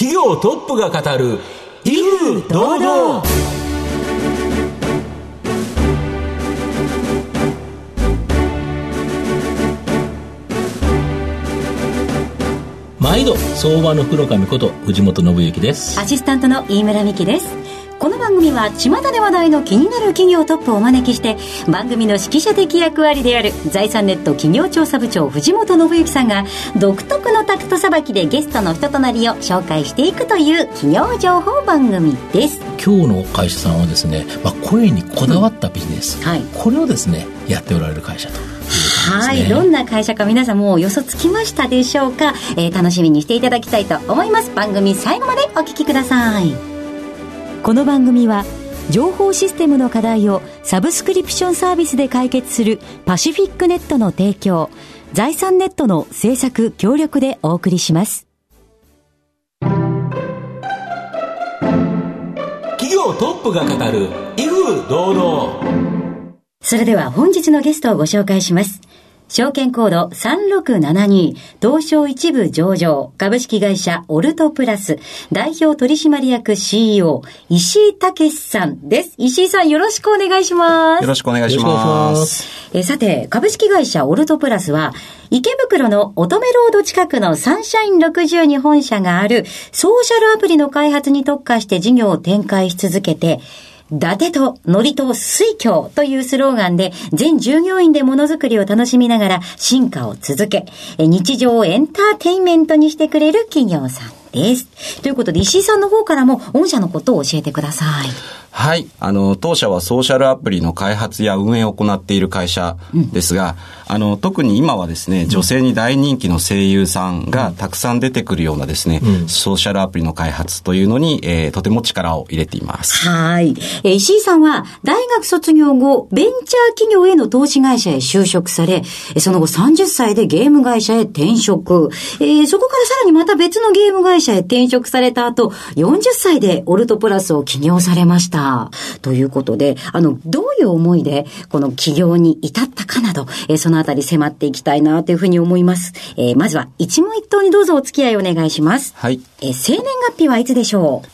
企業トップが語る威風堂々。毎度相場の黒神こと藤本信之です。 アシスタントの飯村美希です。この番組は巷で話題の気になる企業トップをお招きして、番組の指揮者的役割である財産ネット企業調査部長藤本信之さんが独特のタクトさばきでゲストの人となりを紹介していくという企業情報番組です。 今日の会社さんはですね、声にこだわったビジネス、これをですねやっておられる会社という感じですね。 どんな会社か皆さんもう予想つきましたでしょうか。楽しみにしていただきたいと思います。番組最後までお聞きください。この番組は情報システムの課題をサブスクリプションサービスで解決するパシフィックネットの提供、財産ネットの制作協力でお送りします。 企業トップが語る威風堂々。 それでは本日のゲストをご紹介します。証券コード3672東証一部上場株式会社オルトプラス代表取締役 CEO 石井武さんです。石井さん、よろしくお願いします。 よろしくお願いします。 さて、株式会社オルトプラスは池袋の乙女ロード近くのサンシャイン60に本社があるソーシャルアプリの開発に特化して事業を展開し続けて、伊達とノリと水郷というスローガンで全従業員でものづくりを楽しみながら進化を続け、日常をエンターテインメントにしてくれる企業さんです。ということで石井さんの方からも御社のことを教えてください。 はい。当社はソーシャルアプリの開発や運営を行っている会社ですが、特に今はですね、女性に大人気の声優さんがたくさん出てくるようなですね、ソーシャルアプリの開発というのに、とても力を入れています。 はい。石井さんは大学卒業後、ベンチャー企業への投資会社へ就職され、その後30歳でゲーム会社へ転職。そこからさらにまた別のゲーム会社へ転職された後、40歳でオルトプラスを起業されました。ということで、どういう思いでこの起業に至ったかなど、そのあたり迫っていきたいなというふうに思います。まずは一問一答にどうぞお付き合いお願いします。 はい。 生年月日はいつでしょう。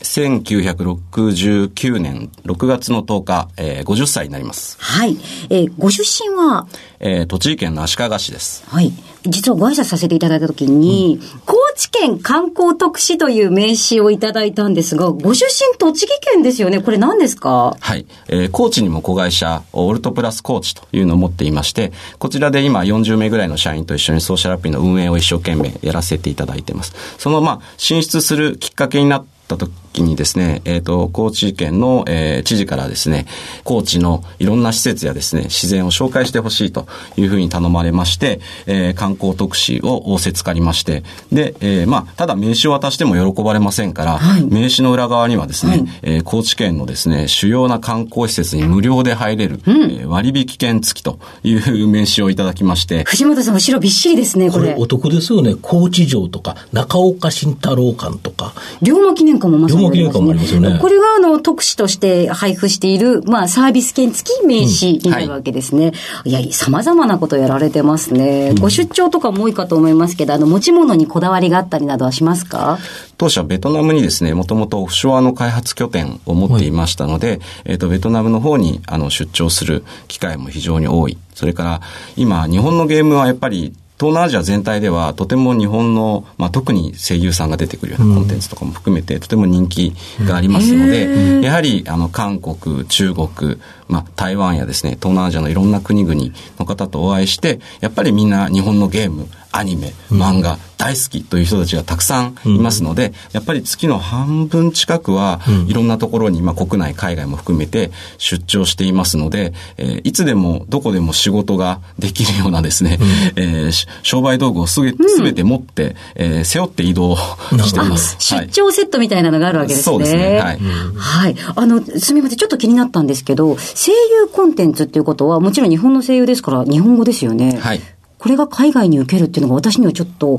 1969年6月の10日、50歳になります。 はい。ご出身は栃木県の足利市です。 はい。実はご挨拶させていただいたときに、高知県観光特使という名刺をいただいたんですが、ご出身栃木県ですよね。これ何ですか？ はい。高知にも子会社、オルトプラス高知というのを持っていまして、こちらで今40名ぐらいの社員と一緒にソーシャルアプリの運営を一生懸命やらせていただいています。その進出するきっかけになった時にですね、高知県の、知事からですね、高知のいろんな施設やですね、自然を紹介してほしいというふうに頼まれまして、観光特使を仰せつかりまして、で、ただ名刺を渡しても喜ばれませんから、名刺の裏側にはですね、高知県のですね、主要な観光施設に無料で入れる、割引券付きという名刺をいただきまして。 藤本さん、後ろびっしりですね、これ。 お得ですよね。高知城とか、中岡慎太郎館とか。 龍馬記念館もまさに。 龍馬記念館もありますよね。 これが特使として配布している、サービス券付き名刺になるわけですね。いや、様々なことやられてますね。ご出張とかも多いかと思いますけど、持ち物にこだわりがあったりなどはしますか？ 当社ベトナムにですね、もともとオフショアの開発拠点を持っていましたので、ベトナムの方に出張する機会も非常に多い。それから今日本のゲームはやっぱり東南アジア全体ではとても日本の、特に声優さんが出てくるようなコンテンツとかも含めてとても人気がありますので、やはり韓国、中国、台湾やですね、東南アジアのいろんな国々の方とお会いして、やっぱりみんな日本のゲーム、アニメ、漫画大好きという人たちがたくさんいますので、やっぱり月の半分近くはいろんなところに国内海外も含めて出張していますので、いつでもどこでも仕事ができるようなですね、商売道具をすべて持って、背負って移動しています。 出張セットみたいなのがあるわけですね。 そうですね。はい。 はい。すみません、ちょっと気になったんですけど、声優コンテンツっていうことはもちろん日本の声優ですから日本語ですよね。 はい。 これが海外に受けるっていうのが私にはちょっと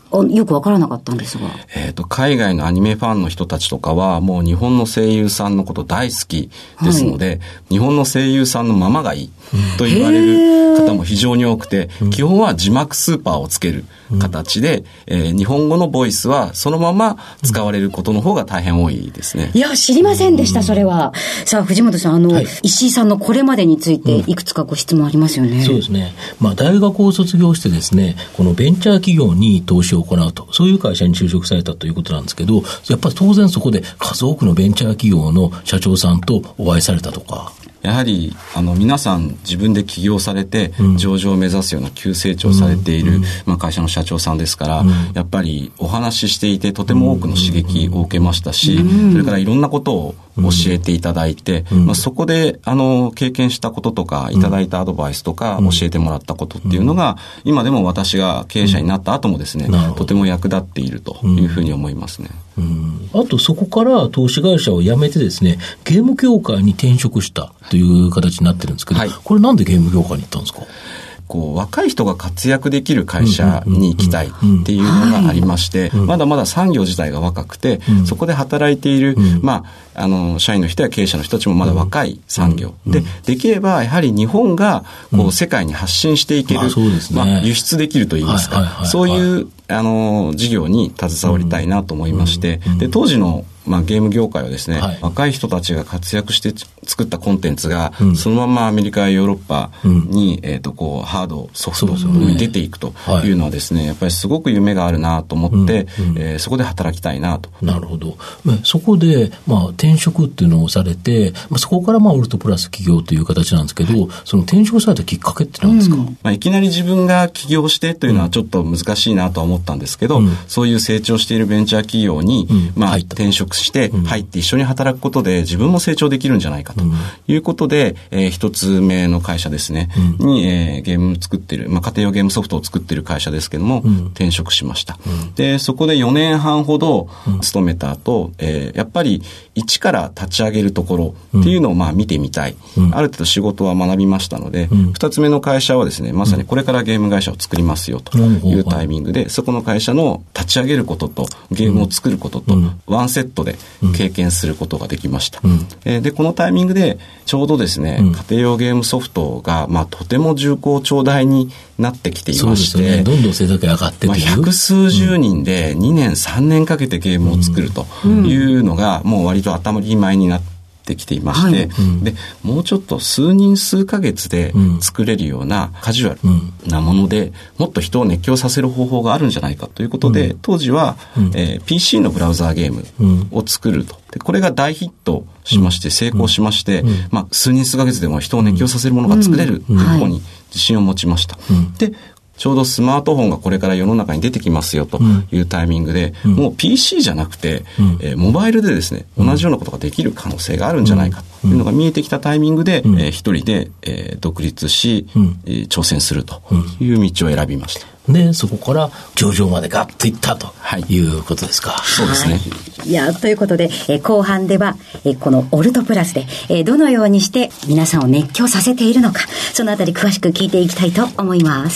よくわからなかったんですが。 海外のアニメファンの人たちとかは、もう日本の声優さんのこと大好きですので、日本の声優さんのままがいいと言われる方も非常に多くて、基本は字幕スーパーをつける形で、日本語のボイスはそのまま使われることの方が大変多いですね。 いや、知りませんでした、それは。さあ、藤本さん、石井さんのこれまでについて、いくつかご質問ありますよね。 そうですね。大学を卒業してですね、このベンチャー企業に投資を行うと、そういう会社に就職されたということなんですけど、やっぱり当然そこで数多くのベンチャー企業の社長さんとお会いされたとか。 やはり皆さん自分で起業されて上場を目指すような急成長されている、会社の社長さんですから、やっぱりお話ししていてとても多くの刺激を受けましたし、それからいろんなことを教えていただいて、そこで経験したこととかいただいたアドバイスとか教えてもらったことっていうのが、今でも私が経営者になった後もですね、とても役立っているというふうに思いますね。 あとそこから投資会社を辞めてですね、ゲーム業界に転職したという形になってるんですけど、これなんでゲーム業界に行ったんですか？ 若い人が活躍できる会社に行きたいっていうのがありまして、まだまだ産業自体が若くて、そこで働いている、社員の人や経営者の人たちもまだ若い産業で、できればやはり日本が世界に発信していける、輸出できるといいますか、そういう事業に携わりたいなと思いまして、で当時のゲーム業界はですね、若い人たちが活躍して作ったコンテンツが、そのままアメリカやヨーロッパに、ハード、ソフトに出ていくというのはですね、やっぱりすごく夢があるなと思って、そこで働きたいなと。 なるほど。そこで、転職っていうのをされて、そこからオルトプラス起業という形なんですけど、その転職されたきっかけって何ですか？ いきなり自分が起業してというのはちょっと難しいなとは思ったんですけど、そういう成長しているベンチャー企業に、転職して入って一緒に働くことで自分も成長できるんじゃないかということで、一つ目の会社ですね、に、ゲーム作っている、家庭用ゲームソフトを作っている会社ですけども、転職しました。で、そこで4年半ほど勤めた後、やっぱり一から立ち上げるところっていうのを見てみたい。ある程度仕事は学びましたので、二つ目の会社はですね、まさにこれからゲーム会社を作りますよというタイミングで、そこの会社の立ち上げることとゲームを作ることとワンセットで経験することができました。で、このタイミングでちょうどですね、家庭用ゲームソフトがとても重厚長大になってきていまして、 そうですね、どんどん成績上がってという、 百数十人で2年3年かけてゲームを作るというのがもう割と当たり前になってきていまして、でもうちょっと数人数ヶ月で作れるようなカジュアルなもので、もっと人を熱狂させる方法があるんじゃないかということで、当時は、PC のブラウザーゲームを作ると。でこれが大ヒットしまして成功しまして、数人数ヶ月でも人を熱狂させるものが作れるという方に自信を持ちました。でちょうどスマートフォンがこれから世の中に出てきますよというタイミングで、もう PC じゃなくて、モバイルでですね、同じようなことができる可能性があるんじゃないかというのが見えてきたタイミングで、一人で、独立し、挑戦するという道を選びました。 で、そこから上場までガッといったということですか。 そうですね。 いや、ということで、後半では、このオルトプラスで、どのようにして皆さんを熱狂させているのか、そのあたり詳しく聞いていきたいと思います。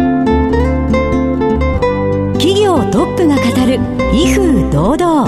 企業トップが語る威風堂々。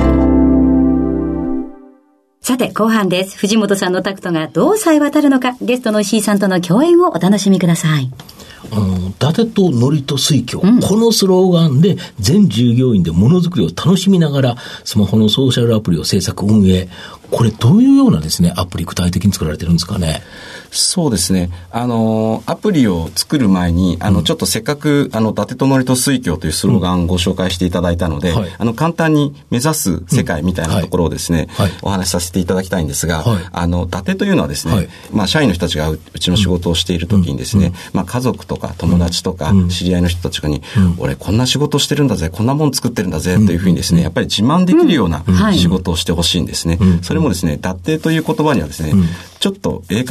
さて後半です。藤本さんのタクトがどうさえ渡るのか、ゲストの石井さんとの共演をお楽しみください。 伊達とノリと水郷、このスローガンで全従業員でものづくりを楽しみながらスマホのソーシャルアプリを制作運営、これどういうようなですねアプリ具体的に作られてるんですかね。 そうですね。アプリを作る前に、ちょっとせっかく、伊達とノリと水郷というスローガンをご紹介していただいたので、簡単に目指す世界みたいなところをですね、お話しさせていただきたいんですが、伊達というのはですね、社員の人たちがうちの仕事をしているときにですね、家族とか友達とか知り合いの人たちに、俺こんな仕事してるんだぜ、こんなもん作ってるんだぜ、というふうにですね、やっぱり自慢できるような仕事をしてほしいんですね。それもですね、伊達という言葉にはですね、ちょっと鋭角しい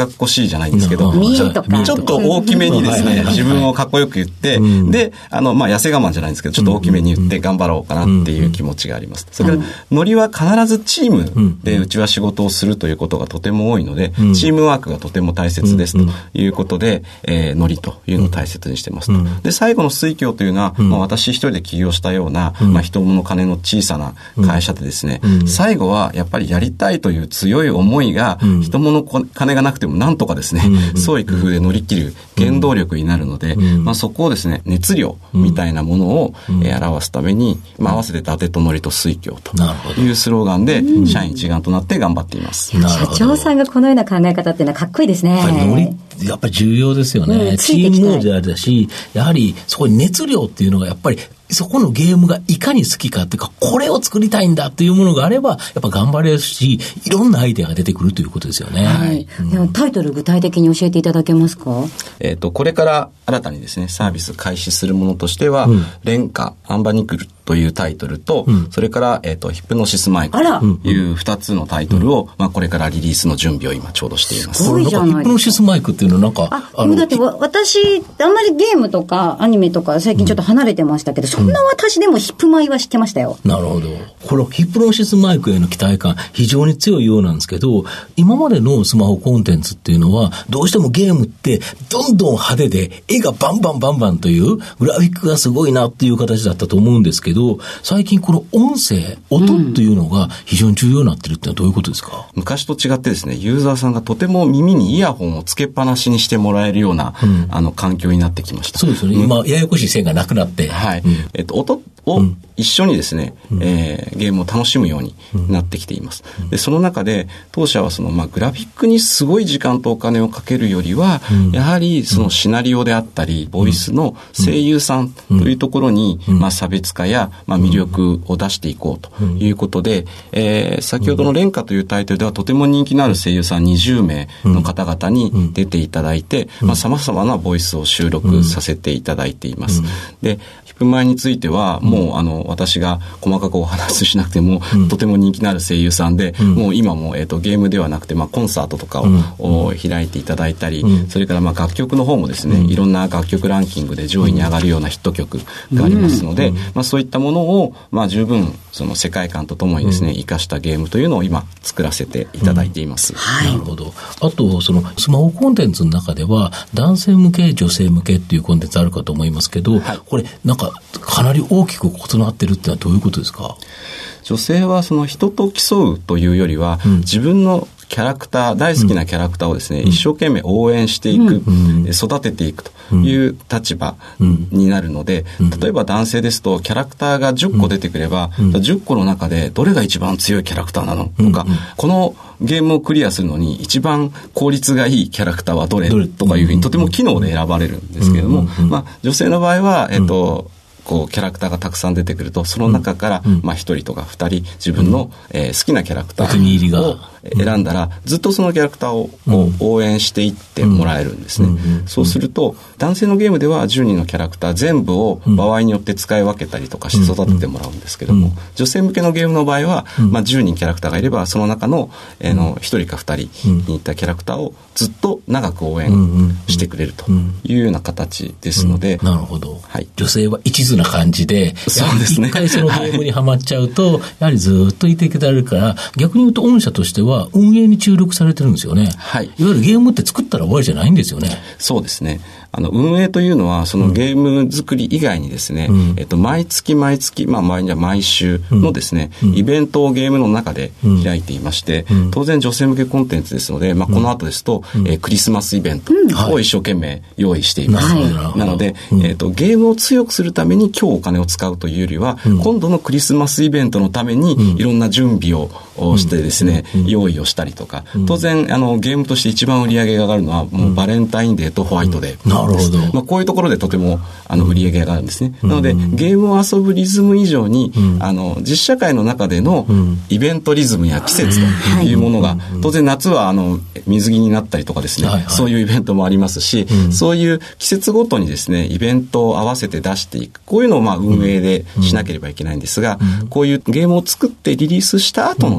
じゃないんですけど、 ミーとかちょっと大きめにですね、自分をかっこよく言って、で、痩せ我慢じゃないんですけど、ちょっと大きめに言って頑張ろうかなっていう気持ちがあります。それから、ノリは必ずチームでうちは仕事をするということがとても多いので、チームワークがとても大切ですということで、ノリというのを大切にしてますと。で、最後の水郷というのは、私一人で起業したような、人物金の小さな会社でですね、最後はやっぱりやりたいという強い思いが、人物金がなくてもなんとかですね、創意工夫で乗り切る原動力になるので、そこをですね、熱量みたいなものを、表すために、合わせて伊達とノリと水郷というスローガンで、社員一丸となって頑張っています。 社長さんがこのような考え方っていうのはかっこいいですね。 ノリやっぱり重要ですよね。チームであるし、やはりそこに熱量っていうのがやっぱりそこのゲームがいかに好きかっていうか、これを作りたいんだっていうものがあれば、やっぱ頑張れるし、いろんなアイデアが出てくるということですよね。 はい。タイトル具体的に教えていただけますか？ これから新たにですね、サービス開始するものとしては、廉価アンバニクルというタイトルと、それから、ヒプノシスマイクという2つのタイトルを、これからリリースの準備を今ちょうどしています。 すごいじゃないですか。 ヒプノシスマイクっていうのはなんか、 だって私、あんまりゲームとかアニメとか最近ちょっと離れてましたけど、そんな私でもヒップマイは知ってましたよ。 なるほど。このヒプノシスマイクへの期待感、非常に強いようなんですけど、今までのスマホコンテンツっていうのは、どうしてもゲームってどんどん派手で、絵がバンバンという、グラフィックがすごいなっていう形だったと思うんですけど、最近この音声、音っていうのが非常に重要になってるってのはどういうことですか？ 昔と違ってですね、ユーザーさんがとても耳にイヤホンをつけっぱなしにしてもらえるような、環境になってきました。 そうですよね。今、ややこしい線がなくなって。 はい。音を一緒にですね、ゲームを楽しむようになってきています。で、その中で、当社はグラフィックにすごい時間とお金をかけるよりは、やはりそのシナリオであったり、ボイスの声優さんというところに、差別化や、魅力を出していこうということで、先ほどの廉価というタイトルではとても人気のある声優さん20名の方々に出ていただいて、様々なボイスを収録させていただいています。で、ヒップマイについては、もう私が細かくお話ししなくても、とても人気のある声優さんで、もう今も、ゲームではなくて、コンサートとかを、開いていただいたり、それから楽曲の方もですね、いろんな楽曲ランキングで上位に上がるようなヒット曲がありますので、そういったものを、十分その世界観とともにですね、活かしたゲームというのを今作らせていただいています。 なるほど。あと、そのスマホコンテンツの中では、男性向け、女性向けっていうコンテンツあるかと思いますけど、これなんかかなり大きく異なってるってのはどういうことですか？ 女性はその人と競うというよりは、自分のキャラクター、大好きなキャラクターをですね、一生懸命応援していく、育てていくという立場になるので、例えば男性ですとキャラクターが10個出てくれば、10個の中でどれが一番強いキャラクターなのとか、このゲームをクリアするのに一番効率がいいキャラクターはどれとかいうふうにとても機能で選ばれるんですけれども、女性の場合は、キャラクターがたくさん出てくると、その中から、1人とか2人、自分の、好きなキャラクターを選んだら、ずっとそのキャラクターを応援していってもらえるんですね。そうすると、男性のゲームでは10人のキャラクター全部を場合によって使い分けたりとかして育ててもらうんですけども、女性向けのゲームの場合は、10人キャラクターがいれば、その中の、1人か2人にいったキャラクターをずっと長く応援してくれるというような形ですので。 なるほど。 はい。 女性は一途な感じで、 そうですね。 一回そのゲームにはまっちゃうと、やはりずっといていけられるから、逆に言うと御社としては運営に注力されてるんですよね。はい。いわゆるゲームって作ったら終わりじゃないんですよね。 そうですね。運営というのは、そのゲーム作り以外にですね、毎月、場合には毎週のですね、イベントをゲームの中で開いていまして、当然女性向けコンテンツですので、この後ですと、クリスマスイベントを一生懸命用意しています。なので、ゲームを強くするために今日お金を使うというよりは、今度のクリスマスイベントのためにいろんな準備をしてですね、用意をしたりとか、当然、ゲームとして一番売り上げが上がるのは、もうバレンタインデーとホワイトデー。 なるほど。 こういうところでとても売り上げが上がるんですね。なのでゲームを遊ぶリズム以上に、実社会の中でのイベントリズムや季節というものが、当然夏は水着になったりとかですね、そういうイベントもありますし、そういう季節ごとにですね、イベントを合わせて出していく、こういうのを運営でしなければいけないんですが、こういうゲームを作ってリリースした後のですね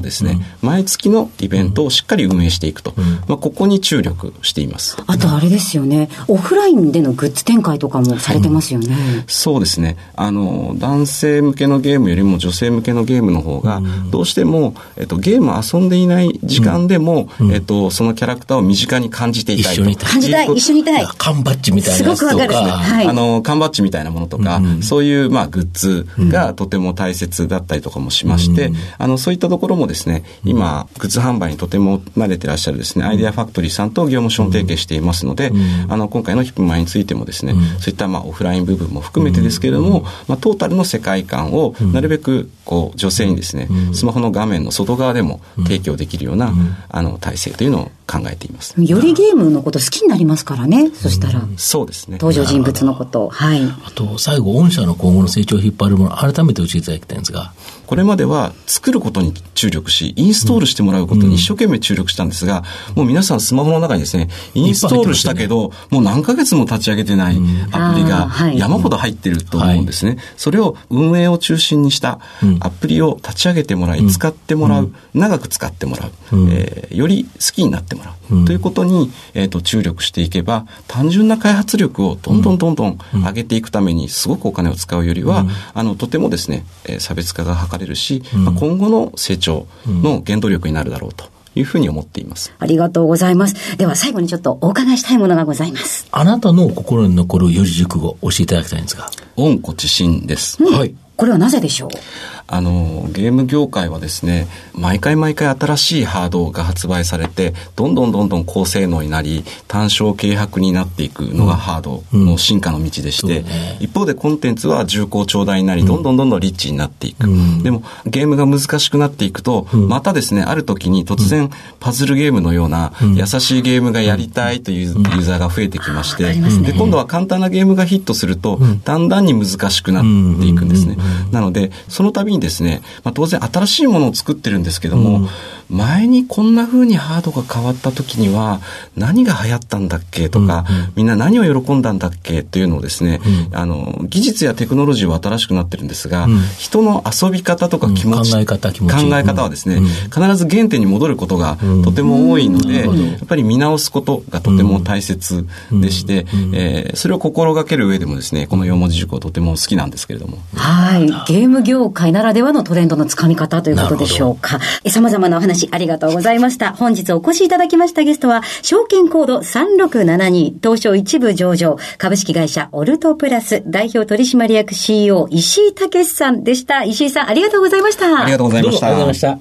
ですね、毎月のイベントをしっかり運営していくと、ここに注力しています。 あとあれですよね、オフラインでのグッズ展開とかもされてますよね。 そうですね、男性向けのゲームよりも女性向けのゲームの方がどうしても、ゲームを遊んでいない時間でも、そのキャラクターを身近に感じていたいと。 感じたい、一緒にいたい。 缶バッジみたいなやつとか。 すごくわかる。はい、 缶バッジみたいなものとか、そういう、グッズがとても大切だったりとかもしまして、そういったところもですね、今、グッズ販売にとても慣れてらっしゃるですね、アイデアファクトリーさんと業務ション提携していますので、今回のヒップマイについてもですね、そういったオフライン部分も含めてですけれども、トータルの世界観をなるべく女性にですね、スマホの画面の外側でも提供できるような、体制というのを考えています。 よりゲームのこと好きになりますからね。そしたら、 そうですね。 登場人物のこと、はい。 あと最後、御社の今後の成長を引っ張るもの、改めて教えていただきたいんですが、 これまでは作ることに注力し、インストールしてもらうことに一生懸命注力したんですが、もう皆さんスマホの中にですね、インストールしたけど、もう何ヶ月も立ち上げてないアプリが山ほど入ってると思うんですね。それを運営を中心にしたアプリを立ち上げてもらい、使ってもらう、長く使ってもらう、より好きになってもらう、ということに、注力していけば、単純な開発力をどんどん上げていくためにすごくお金を使うよりは、とてもですね、差別化が図れるし、今後の成長の原動力になるだろうというふうに思っています。 ありがとうございます。では最後にちょっとお伺いしたいものがございます。 あなたの心に残る四字熟語を教えていただきたいんですが。 温故知新です。 はい。 これはなぜでしょう？ ゲーム業界はですね、毎回新しいハードが発売されて、どんどん高性能になり、単焦軽薄になっていくのがハードの進化の道でして、一方でコンテンツは重厚長大になり、どんどんリッチになっていく。でも、ゲームが難しくなっていくと、またですね、ある時に突然、パズルゲームのような優しいゲームがやりたいというユーザーが増えてきまして、で、今度は簡単なゲームがヒットすると、だんだんに難しくなっていくんですね。なので、その度にですね、当然新しいものを作ってるんですけども、前にこんな風にハードが変わった時には何が流行ったんだっけとか、みんな何を喜んだんだっけというのをですね、技術やテクノロジーは新しくなってるんですが、人の遊び方とか気持ち、考え方はですね、必ず原点に戻ることがとても多いので、やっぱり見直すことがとても大切でして、それを心がける上でもですね、この4文字熟語とても好きなんですけれども。 はい。ゲーム業界ならではのトレンドのつかみ方ということでしょうか。様々なお話ありがとうございました。本日お越しいただきましたゲストは、証券コード3672、東証一部上場、株式会社オルトプラス、代表取締役 CEO、石井武さんでした。石井さん、ありがとうございました。 ありがとうございました。 ありがとうございました。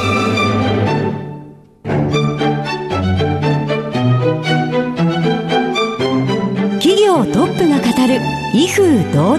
企業トップが語る、威風堂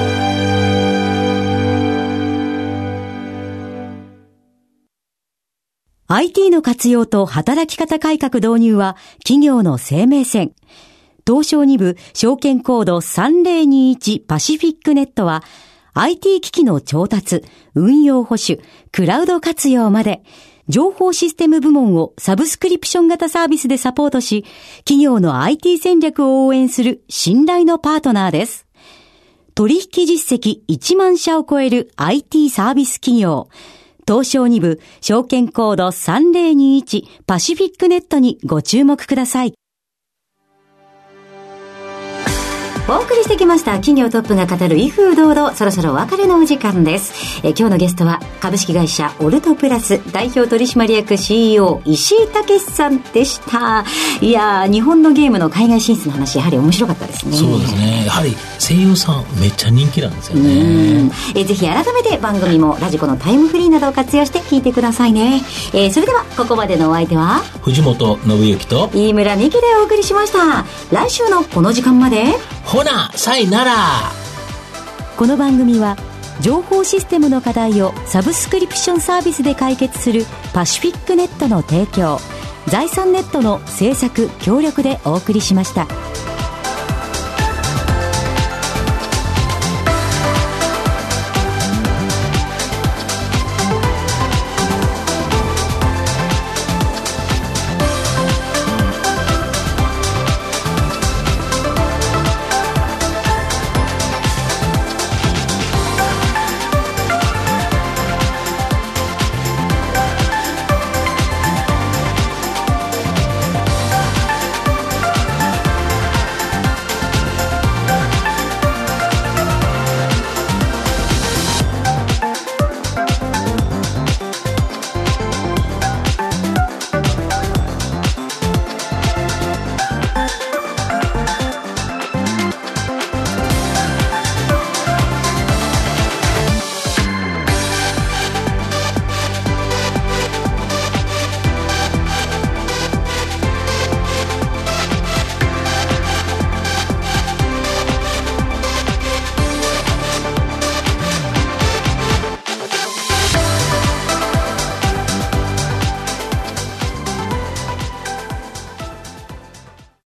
々。IT の活用と働き方改革導入は企業の生命線。東証2部証券コード3021パシフィックネットは IT 機器の調達、運用保守、クラウド活用まで情報システム部門をサブスクリプション型サービスでサポートし、企業の IT 戦略を応援する信頼のパートナーです。取引実績1万社を超える IT サービス企業。東証2部証券コード3021パシフィックネットにご注目ください。お送りしてきました企業トップが語る威風堂々、そろそろお別れのお時間です。今日のゲストは株式会社オルトプラス代表取締役 CEO 石井武さんでした。いやー、日本のゲームの海外進出の話、やはり面白かったですね。 そうですね。やはり声優さんめっちゃ人気なんですよね。 ぜひ改めて番組もラジコのタイムフリーなどを活用して聞いてくださいね。それではここまでのお相手は藤本信之と飯村美希でお送りしました。来週のこの時間までほなさいなら。 この番組は情報システムの課題をサブスクリプションサービスで解決するパシフィックネットの提供、財産ネットの制作協力でお送りしました。